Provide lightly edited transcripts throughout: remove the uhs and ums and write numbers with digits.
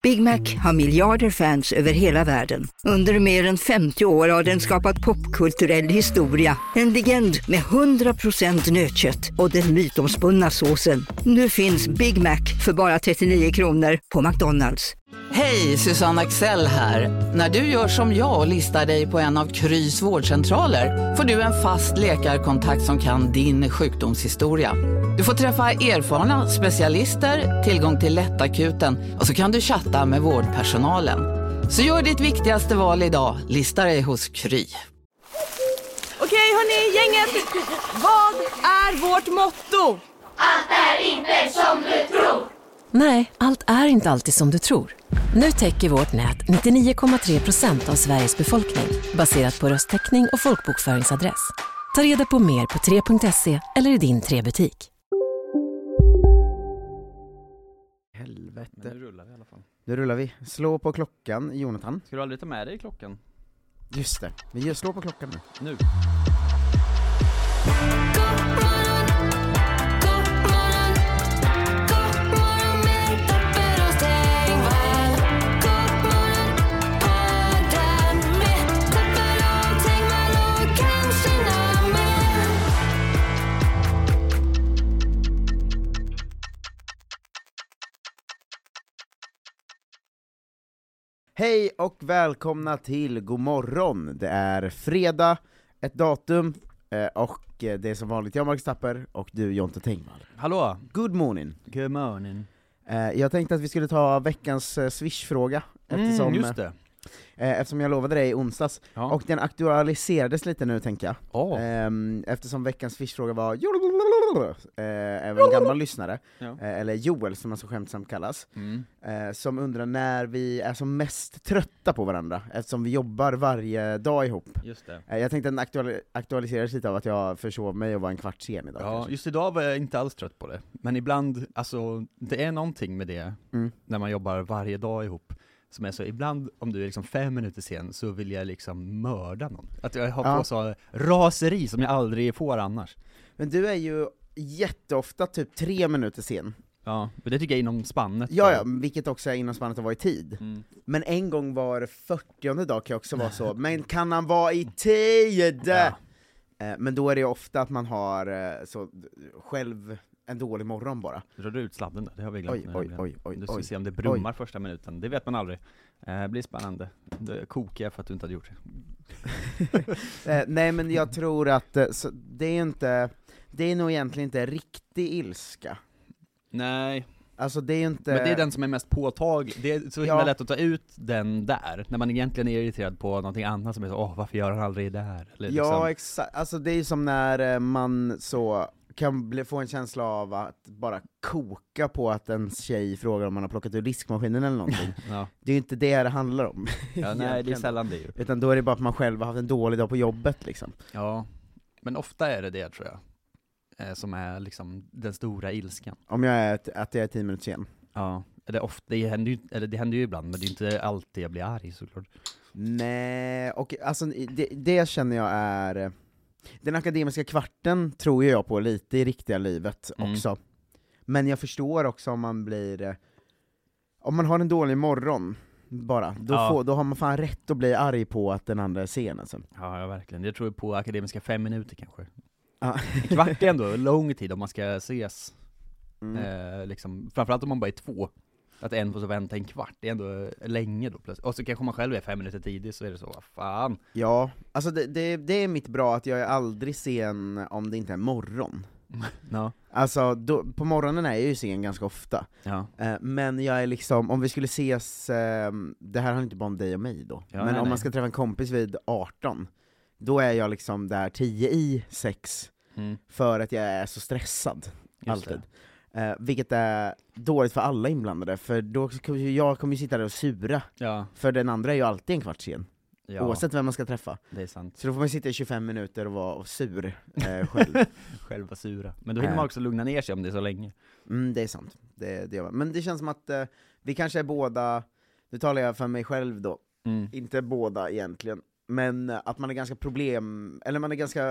Big Mac har miljarder fans över hela världen. Under mer än 50 år har den skapat popkulturell historia. En legend med 100% nötkött och den mytomspunna såsen. Nu finns Big Mac för bara 39 kronor på McDonald's. Hej, Susanne Axel här. När du gör som jag och listar dig på en av Krys vårdcentraler får du en fast läkarkontakt som kan din sjukdomshistoria. Du får träffa erfarna specialister, tillgång till lättakuten och så kan du chatta med vårdpersonalen. Så gör ditt viktigaste val idag, lista dig hos Kry. Okej hörni, gänget. Vad är vårt motto? Allt är inte som du tror. Nej, allt är inte alltid som du tror. Nu täcker vårt nät 99,3% av Sveriges befolkning baserat på röstteckning och folkbokföringsadress. Ta reda på mer på 3.se eller i din 3-butik. Helvete. Men nu rullar vi i alla fall. Nu rullar vi. Slå på klockan, Jonathan. Ska du aldrig ta med dig klockan? Just det. Vi slår på klockan nu. Nu. Hej och välkomna till God morgon. Det är fredag, ett datum, och det är som vanligt jag, Marcus Tapper, och du, Jonte Tengvall. Hallå. Good morning. Good morning. Jag tänkte att vi skulle ta veckans Swish-fråga, eftersom, just det. Eftersom jag lovade dig i onsdags, Ja. och den aktualiserades lite nu, tänker jag. Eftersom veckans Swish-fråga var även en gammal lyssnare, eller Joel som han så skämtsamt kallas, som undrar när vi är som mest trötta på varandra, eftersom vi jobbar varje dag ihop. Just det. Jag tänkte att den aktualiserades lite av att jag försov mig och var en kvart sen idag. Ja, kanske. just idag var jag inte alls trött på det. Men ibland, alltså, det är någonting med det när man jobbar varje dag ihop. Som är så, ibland om du är liksom 5 minuter sen så vill jag liksom mörda någon. Att jag har på så raseri som jag aldrig får annars. Men du är ju jätteofta typ 3 minuter sen. Ja, men det tycker jag är inom spannet. Ja, vilket också är inom spannet att vara i tid. Men en gång var 40:e dag kan jag också vara så, men kan han vara i tid? Ja. Men då är det ju ofta att man har så själv en dålig morgon bara. Rör du ut sladden där? Det har vi glömt. Oj. Du ska se om det brummar första minuten. Det vet man aldrig. Det blir spännande. Det kokar jag för att du inte hade gjort det. Nej, men jag tror att det är nog egentligen inte riktig ilska. Nej. Alltså det är inte... Men det är den som är mest påtaglig. Det är så himla lätt att ta ut den där, när man egentligen är irriterad på någonting annat som är så, varför gör han aldrig det här? Eller liksom. Ja, exakt. Alltså det är som när man så kan få en känsla av att bara koka på att en tjej frågar om man har plockat ur diskmaskinen eller någonting. Det är ju inte det handlar om. Nej, det är sällan det ju. Utan då är det bara att man själv har haft en dålig dag på jobbet liksom. Ja, men ofta är det tror jag. Som är liksom den stora ilskan. Om jag är att jag är 10 minuter sen. Ja, det händer ju ibland, men det är inte alltid jag blir arg såklart. Nej, och alltså det känner jag är... Den akademiska kvarten tror jag på lite i riktiga livet också. Men jag förstår också om man blir... Om man har en dålig morgon bara, då har man fan rätt att bli arg på att den andra är sen alltså. Ja, verkligen. Jag tror på akademiska 5 minuter kanske. En kvart är ändå lång tid om man ska ses. Liksom, framförallt om man bara är 2. Att en får så vänta en kvart, det är ändå länge då plötsligt. Och så kanske man själv är 5 minuter tidig, så är det så, vad fan. Ja, alltså det är mitt bra att jag är aldrig sen om det inte är morgon. Alltså på morgonen är jag ju sen ganska ofta. Men jag är liksom, om vi skulle ses, det här har inte bara om dig och mig då, men om man ska träffa en kompis vid 18, då är jag liksom där 10:06 för att jag är så stressad. Alltid. Vilket är dåligt för alla inblandade, för då jag kommer ju sitta där och sura. För den andra är ju alltid en kvart sen. Oavsett vem man ska träffa. Det är sant. Så då får man sitta i 25 minuter och vara sur själv. Själva sura. Men då hinner man också lugna ner sig om det är så länge. Det är sant. Det gör man. Men det känns som att vi kanske är båda, nu talar jag för mig själv då, inte båda egentligen, men att man är ganska man är ganska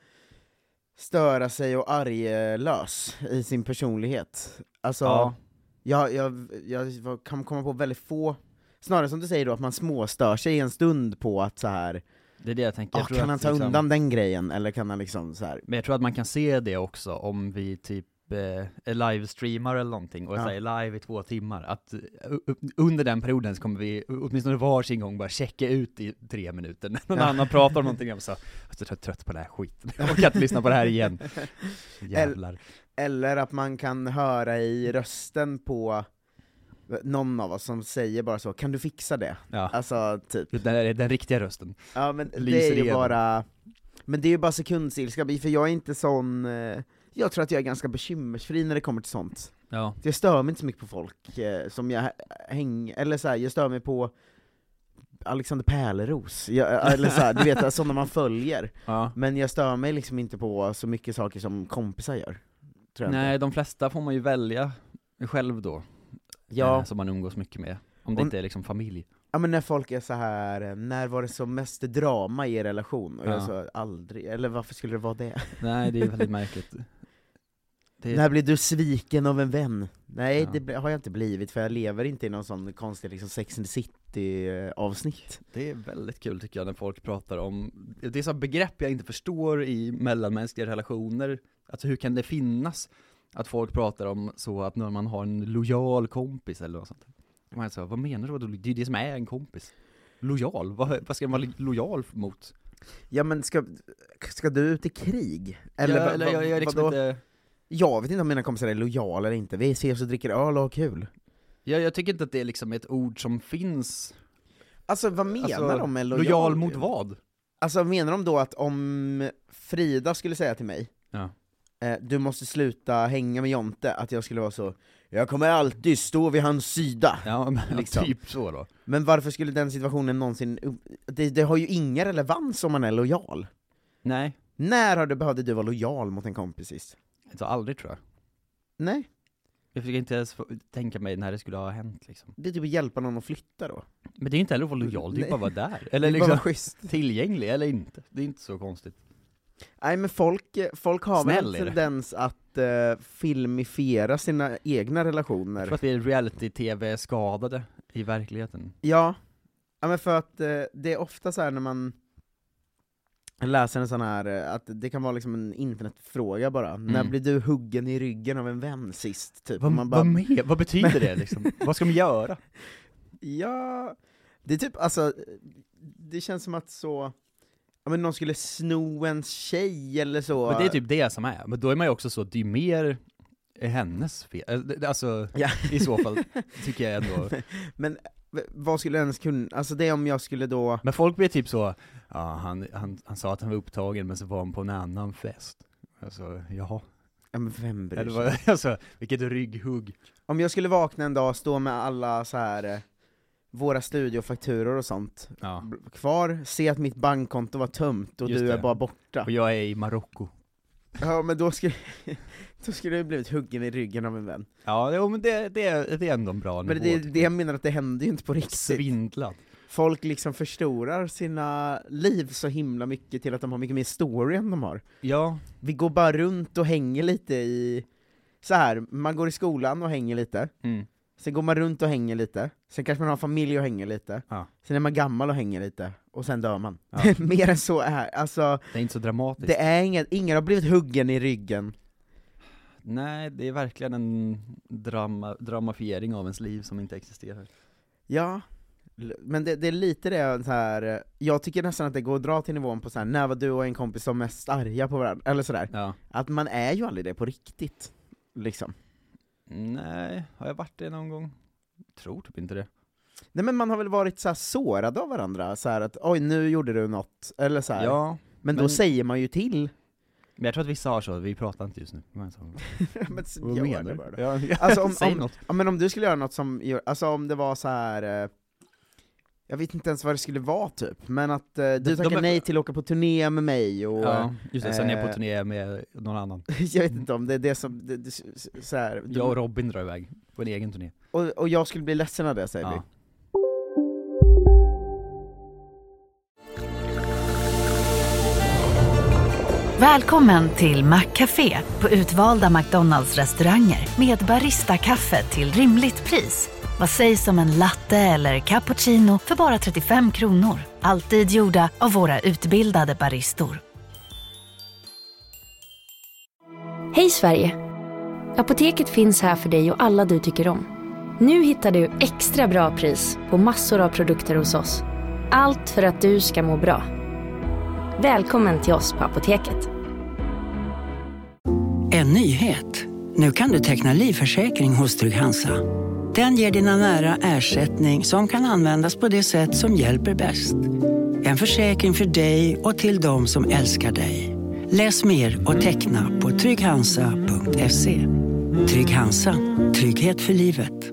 störa sig och arglös i sin personlighet. Alltså, Jag kan komma på väldigt få, snarare som du säger då, att man småstör sig en stund på att så här. Det är det jag tänker. Kan han ta undan den grejen, eller kan han liksom så här. Men jag tror att man kan se det också om vi typ livestreamar eller någonting och säger live i 2 timmar, att under den perioden så kommer vi åtminstone varsin gång bara checka ut i 3 minuter när någon annan pratar om någonting och så jag är trött på det här skiten. Jag kan inte lyssna på det här igen. Jävlar. Eller att man kan höra i rösten på någon av oss som säger bara så, kan du fixa det? Ja. Alltså typ. Den riktiga rösten. Ja, men det är ju bara, men det är ju bara sekundsilska, för jag är inte sån, jag tror att jag är ganska bekymmersfri när det kommer till sånt. Ja. Jag stör mig inte så mycket på folk som jag eller så här, jag stör mig på Alexander Pärleros, eller så här, du vet, sådana man följer. Ja. Men jag stör mig liksom inte på så mycket saker som kompisar gör. Nej, de flesta får man ju välja själv då. Ja. Som man umgås mycket med. Om det inte är liksom familj. Ja, men när folk är så här, när var det så mest drama i er relation? Och jag så, aldrig, eller varför skulle det vara det? Nej, det är väldigt märkligt. När blir du sviken av en vän? Nej, det har jag inte blivit, för jag lever inte i någon sån konstig liksom Sex and the City-avsnitt. Det är väldigt kul tycker jag när folk pratar om, det är så begrepp jag inte förstår i mellanmänskliga relationer. Alltså hur kan det finnas att folk pratar om så att när man har en lojal kompis eller något sånt. Man säger, vad menar du? Det är det som är en kompis. Lojal? Vad ska man vara lojal mot? Ja, men ska du ut i krig? Eller, jag liksom inte... Jag vet inte om mina kompisar är lojala eller inte. Vi ses och dricker öl och har kul. Jag tycker inte att det är liksom ett ord som finns. Alltså vad menar de med lojal? Lojal mot vad? Alltså menar de då att om Frida skulle säga till mig, du måste sluta hänga med Jonte, att jag skulle vara så, jag kommer alltid stå vid hans sida. Ja, men liksom. Typ så då. Men varför skulle den situationen någonsin, det har ju ingen relevans om man är lojal. Nej. När behövde du vara lojal mot en kompis sist? Alltså aldrig, tror jag. Nej. Jag fick inte ens tänka mig när det skulle ha hänt liksom. Det är typ att hjälpa någon att flytta då. Men det är inte heller att vara lojal, det är bara att vara där. Eller liksom tillgänglig eller inte. Det är inte så konstigt. Nej, men folk har väl en tendens att filmifiera sina egna relationer. Jag tror att vi är reality-tv skadade i verkligheten. Ja, men för att det är ofta så här när man läser en sån här, att det kan vara liksom en internetfråga bara. När blir du huggen i ryggen av en vän sist? Typ. Vad betyder det liksom? Vad ska man göra? Ja, det är typ, alltså, det känns som att så, ja, men någon skulle sno en tjej eller så. Men det är typ det som är. Men då är man ju också så, det är mer hennes fel. Alltså, i så fall, tycker jag ändå. Men vad skulle jag ens kunna, alltså det är om jag skulle då... Men folk blir typ så, ja, han sa att han var upptagen men så var han på en annan fest. Alltså, jaha. Ja, men vem bryr sig? Eller, alltså, vilket rygghugg. Om jag skulle vakna en dag, stå med alla så här våra studiofakturor och sånt kvar, se att mitt bankkonto var tömt och du är bara borta. Och jag är i Marocko. Ja, men då skulle du blivit huggen i ryggen av en vän. Ja, men det är ändå en bra nivå. Men det jag menar att det händer ju inte på riktigt. Svindlad. Folk liksom förstorar sina liv så himla mycket till att de har mycket mer story än de har. Ja. Vi går bara runt och hänger lite i... Så här, man går i skolan och hänger lite. Sen går man runt och hänger lite. Sen kanske man har familj och hänger lite. Sen är man gammal och hänger lite. Och sen dör man. Mer än så är alltså, det är inte så dramatiskt. Det är ingen har blivit huggen i ryggen. Nej, det är verkligen en dramafiering av ens liv som inte existerar. Ja, men det är lite det så här. Jag tycker nästan att det går att dra till nivån på så här, när var du och en kompis som mest arga på varandra, eller sådär. Ja. Att man är ju aldrig det på riktigt, liksom. Nej, har jag varit det någon gång? Tror typ inte det. Nej, men man har väl varit så här sårad av varandra, så här att oj, nu gjorde du något, eller så här. Ja, men då säger man ju till. Men jag tror att vissa har så, vi pratar inte just nu. Men så, men vad menar du? Ja, alltså om du skulle göra något som gör, alltså om det var så här. Jag vet inte ens vad det skulle vara typ, men att du tackar nej till att åka på turné med mig och... Ja, just det, sen är jag på turné med någon annan. Jag vet inte om det är det som... så här, jag och Robin drar iväg på en egen turné. Och jag skulle bli ledsen av det, säger vi. Välkommen till McCafé på utvalda McDonalds-restauranger med barista-kaffe till rimligt pris. Vad sägs om en latte eller cappuccino för bara 35 kronor? Alltid gjorda av våra utbildade baristor. Hej Sverige! Apoteket finns här för dig och alla du tycker om. Nu hittar du extra bra pris på massor av produkter hos oss. Allt för att du ska må bra. Välkommen till oss på Apoteket. En nyhet. Nu kan du teckna livförsäkring hos Trygg-Hansa. Den ger dina nära ersättning som kan användas på det sätt som hjälper bäst. En försäkring för dig och till de som älskar dig. Läs mer och teckna på trygghansa.se. Trygg-Hansa. Trygghet för livet.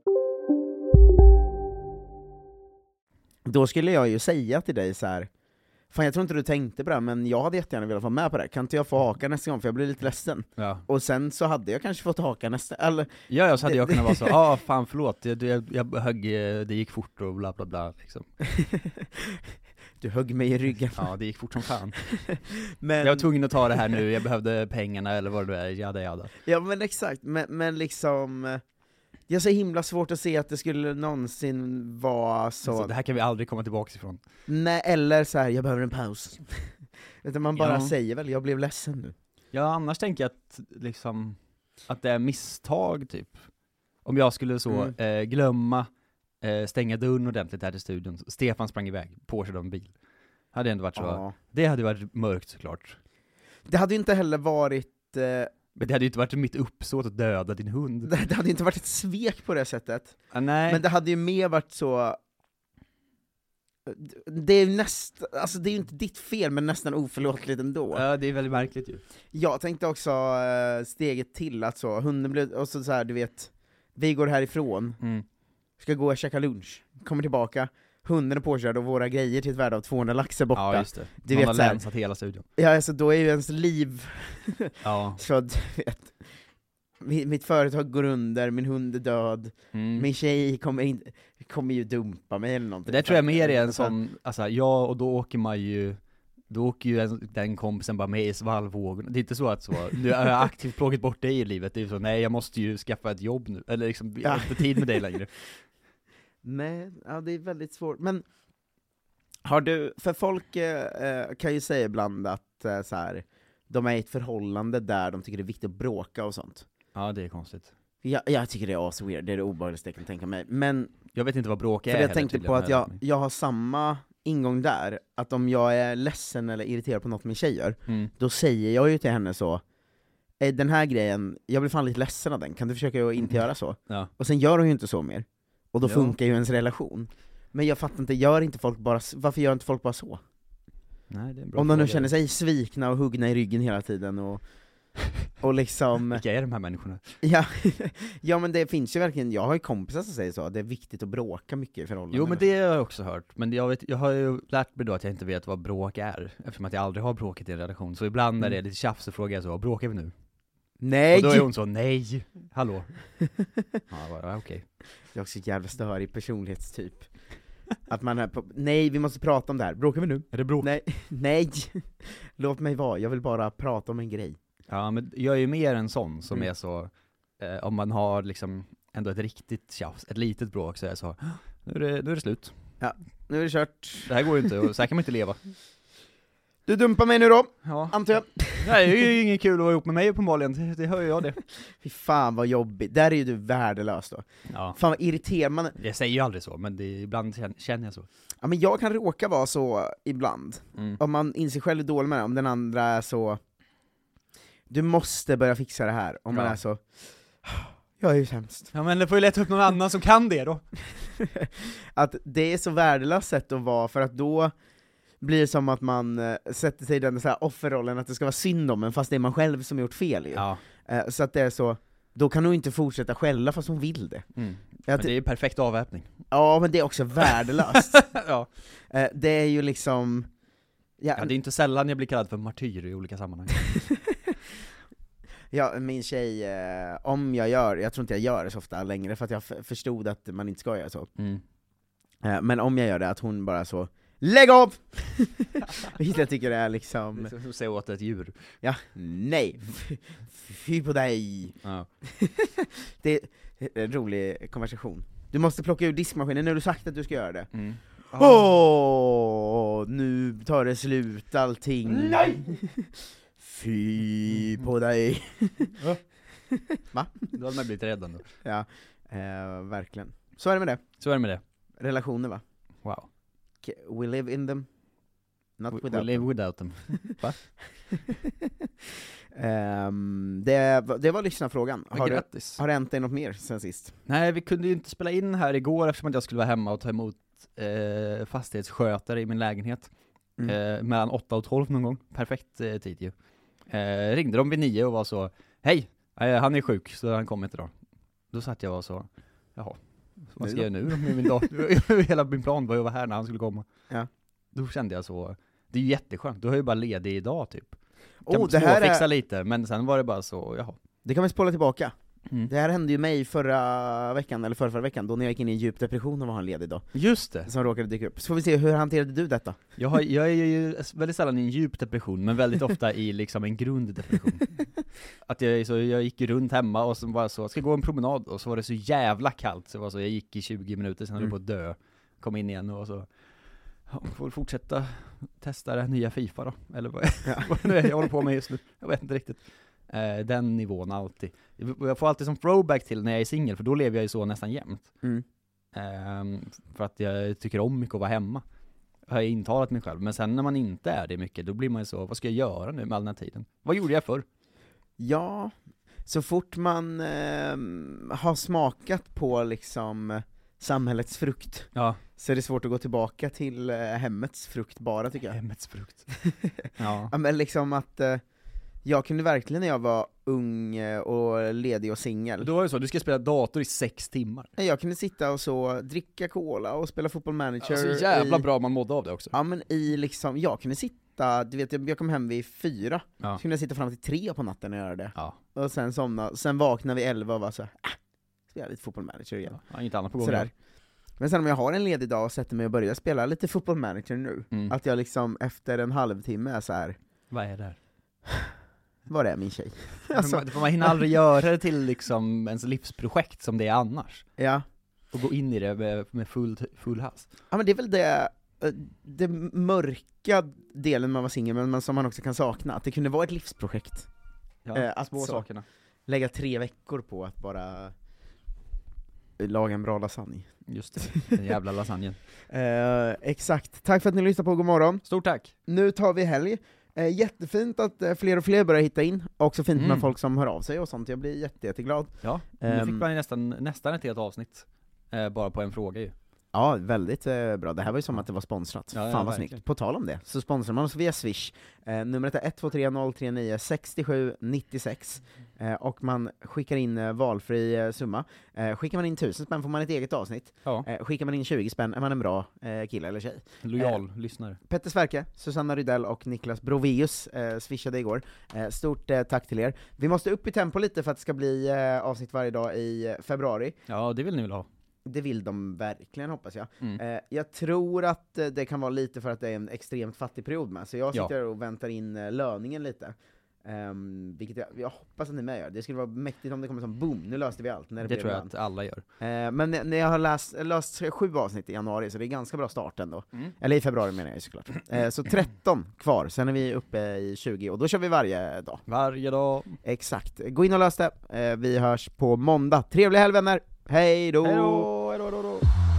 Då skulle jag ju säga till dig så här: fan, jag tror inte du tänkte på det, men jag hade jättegärna velat vara med på det. Kan inte jag få haka nästa gång, för jag blir lite ledsen. Ja. Och sen så hade jag kanske fått haka nästa, eller... Ja, så hade jag kunnat vara så, fan förlåt, jag högg, det gick fort och bla bla bla liksom. Du högg mig i ryggen. Ja, det gick fort som fan. Men... jag var tvungen att ta det här nu, jag behövde pengarna eller vad det är, jada. Ja, men exakt, men liksom... Jag är så himla svårt att se att det skulle någonsin vara så... Alltså, det här kan vi aldrig komma tillbaka ifrån. Nej, eller så här, jag behöver en paus. Utan man bara säger väl, jag blev ledsen nu. Ja, annars tänker jag att, liksom, att det är misstag typ. Om jag skulle så glömma stänga dörren ordentligt här till studion. Stefan sprang iväg, påkörd av en bil. Hade ändå varit så. Ja. Det hade varit mörkt såklart. Det hade ju inte heller varit... Men det hade ju inte varit mitt uppsåt att döda din hund. Det hade inte varit ett svek på det sättet. Nej. Men det hade ju mer varit så... Det är alltså det är ju inte ditt fel, men nästan oförlåtligt ändå. Ja, det är väldigt märkligt ju. Jag tänkte också steget till att så, hunden blev, och så här, du vet, vi går härifrån, ska gå och käka lunch, kommer tillbaka, hunden är påkörd och våra grejer till ett värde av 200 lax är borta. Ja, just det. Du man vet, har länsat hela studion. Ja, alltså då är ju ens liv så du vet, mitt företag går under, min hund är död, min tjej kommer ju dumpa mig eller någonting. Det tror jag mer är en sån, alltså och då åker ju den kompisen bara med i svallvågorna. Det är inte så att nu har jag aktivt plågat bort dig i livet. Det är så, nej, jag måste ju skaffa ett jobb nu, eller liksom, jag har inte tid med dig längre. Nej, ja, det är väldigt svårt. Men har du, för folk kan ju säga ibland att så här, de är i ett förhållande där de tycker det är viktigt att bråka och sånt. Ja, det är konstigt. Jag tycker det är så weird, det är det obehagligaste jag kan tänka mig. Men jag vet inte vad bråk är. För jag tänkte på att jag har samma ingång där, att om jag är ledsen eller irriterad på något min tjej gör, då säger jag ju till henne så: den här grejen, jag blir fan lite ledsen av den, kan du försöka att inte göra så? Ja. Och sen gör hon ju inte så mer. Och då funkar ju ens relation. Men jag fattar inte, varför gör inte folk bara så? Nej, det är en bra om de nu känner sig svikna och huggna i ryggen hela tiden och liksom... Vilka är de här människorna? Ja, men det finns ju verkligen, jag har ju kompisar som säger så, det är viktigt att bråka mycket i förhållanden. Jo, men det har jag också hört. Men jag har ju lärt mig då att jag inte vet vad bråk är, eftersom att jag aldrig har bråkat i en relation. Så ibland när det är lite tjafs så frågar jag så: bråkar vi nu? Nej! Och då är hon så: nej, hallå. Ja, okej. Jag är också jävla störig personlighetstyp. Att man är på, nej, vi måste prata om det här. Bråkar vi nu? Är det bråk? Nej. Låt mig vara, jag vill bara prata om en grej. Ja, men jag är ju mer en sån som är så, om man har liksom ändå ett riktigt tjafs, ett litet bråk, så är jag så: nu är det slut. Ja, nu är det kört. Det här går ju inte, och så här kan man inte leva. Du dumpar mig nu då, antar jag. Nej, det är ju inget kul att vara ihop med mig uppenbarligen, det hör jag det. Fy fan vad jobbigt, där är ju du värdelös då. Ja. Fan vad irriterar man. Jag säger ju aldrig så, men ibland känner jag så. Ja, men jag kan råka vara så ibland. Om man inser själv är dålig med det, om den andra är så: du måste börja fixa det här. Om man är så: jag är ju sämst. Ja, men det får ju leta upp någon annan som kan det då. Att det är så värdelöst sätt att vara, för att då blir det som att man sätter sig i den så här offerrollen, att det ska vara synd om en, fast det är man själv som har gjort fel ju. Ja. Så att det är så, då kan hon inte fortsätta skälla fast hon vill det. Men det är ju perfekt avväpning. Ja, men det är också värdelöst. Ja. Det är ju liksom... Ja, det är inte sällan jag blir kallad för martyr i olika sammanhang. Ja, min tjej, om jag tror inte jag gör det så ofta längre, för att jag förstod att man inte ska göra så. Men om jag gör det, att hon bara så: Lägg av! Vilket jag tycker är liksom... Det är som att säga åt ett djur. Ja, nej. Fy på dig. Ja. Det är en rolig konversation. Du måste plocka ur diskmaskinen när du sagt att du ska göra det. Nu tar det slut allting. Nej! Fy på dig. Va? Då hade man blivit rädd ändå. Ja, verkligen. Så är det med det. Så är det med det. Relationer, va? Wow. We live in them. Not without we live without them. Va? Det var lyssnarfrågan. Har det hänt dig något mer sen sist? Nej, vi kunde ju inte spela in här igår eftersom att jag skulle vara hemma och ta emot fastighetsskötare i min lägenhet. Mellan 8 och 12 någon gång. Perfekt tid ju. Ringde de vid 9 och var så: hej, han är sjuk så han kommer inte idag. Då satt jag och så: jaha, vad ska jag göra nu med min dag? Hela min plan var ju att vara här när han skulle komma. Ja. Då kände jag så, det är ju jätteskönt. Du har ju bara ledig idag typ. Kan det här fixa lite, men sen var det bara så, jaha. Det kan vi spola tillbaka. Det här hände ju mig förra veckan, eller förra veckan, då när jag gick in i en djup depression och var en ledig dag. Just det. Som råkade dyka upp. Så får vi se, hur hanterade du detta? Jag är ju väldigt sällan i en djup depression, men väldigt ofta i liksom en grunddepression. Att jag gick runt hemma och så var så, ska gå en promenad, och så var det så jävla kallt, så var så jag gick i 20 minuter, sen höll jag på att dö. Kom in igen och så får fortsätta testa det nya FIFA då, eller vad jag håller på med just nu. Jag vet inte riktigt. Den nivån alltid. Jag får alltid som throwback till när jag är singel, för då lever jag ju så nästan jämt. För att jag tycker om mycket att vara hemma. Jag har intalat mig själv. Men sen när man inte är det mycket, då blir man ju så, vad ska jag göra nu med all den här tiden? Vad gjorde jag förr? Ja, så fort man har smakat på liksom samhällets frukt, så är det svårt att gå tillbaka till hemmets frukt bara, tycker jag. Hemmets frukt. Ja. Men liksom att jag kunde verkligen när jag var ung och ledig och singel. Då var det så, du ska spela dator i 6 timmar. Jag kunde sitta och så dricka cola och spela Football Manager. Så jävla bra man mådde av det också. Ja, men i liksom, jag kunde sitta, du vet, jag kom hem vid 4. Så kunde jag sitta fram till 3 på natten och göra det. Ja. Och sen somna, sen vakna vid 11 och var så spela lite Football Manager igen. Ja, inget annat på gång. Sådär. Men sen om jag har en ledig dag och sätter mig och börjar spela lite Football Manager nu, att jag liksom efter en halvtimme är så här: vad är det här? Vad är min tjej? Alltså, man hinner aldrig göra det till liksom ens livsprojekt som det är annars. Ja. Och gå in i det med full hals. Ja, men det är väl det mörka delen man var singel, men som man också kan sakna. Att det kunde vara ett livsprojekt. Ja, små sakerna. Lägga 3 veckor på att bara laga en bra lasagne. Just det, den jävla lasagnen. Exakt. Tack för att ni lyssnade på God morgon. Stort tack. Nu tar vi helg. Jättefint att fler och fler börjar hitta in. Också fint med folk som hör av sig och sånt. Jag blir jätteglad. Ja, nu fick man nästan ett helt avsnitt bara på en fråga ju. Ja, väldigt bra. Det här var ju som att det var sponsrat. Ja, fan vad snyggt. På tal om det, så sponsrar man oss via Swish. Numret är 123 039 6796. Och man skickar in valfri summa. Skickar man in 1000 spänn får man ett eget avsnitt. Ja. Skickar man in 20 spänn är man en bra kille eller tjej. Lojal lyssnare. Petter Sverke, Susanna Rydell och Niklas Broveus swishade igår. Stort tack till er. Vi måste upp i tempo lite för att det ska bli avsnitt varje dag i februari. Ja, det vill ni väl ha? Det vill de verkligen, hoppas jag. Jag tror att det kan vara lite för att det är en extremt fattig period med. Så jag sitter och väntar in löningen lite. Vilket jag hoppas att ni med gör. Det skulle vara mäktigt om det kommer som boom, nu löste vi allt. När det tror jag att alla gör. Men när jag har löst 7 avsnitt i januari, så det är ganska bra start ändå. Eller i februari menar jag såklart. Så 13 kvar, sen är vi uppe i 20 och då kör vi varje dag. Varje dag. Exakt. Gå in och lös det. Vi hörs på måndag. Trevlig helg, vänner! Hej då! Hej då! Hej då, då, då.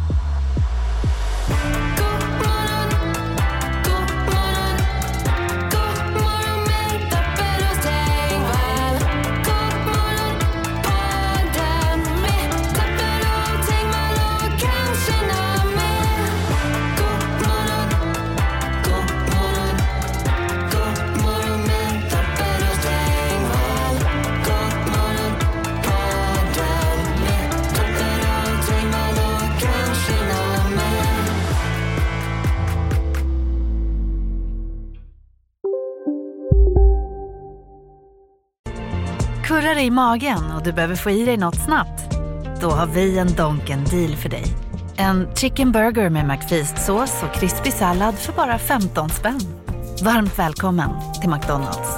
Kurrar i magen och du behöver få i dig något snabbt? Då har vi en Donken deal för dig. En chicken burger med McFeast-sås och krispig sallad för bara 15 spänn. Varmt välkommen till McDonald's.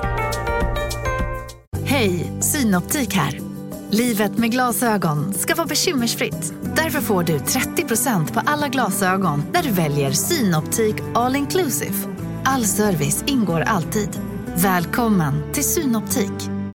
Hej, Synoptik här. Livet med glasögon ska vara bekymmersfritt. Därför får du 30% på alla glasögon när du väljer Synoptik All Inclusive. All service ingår alltid. Välkommen till Synoptik.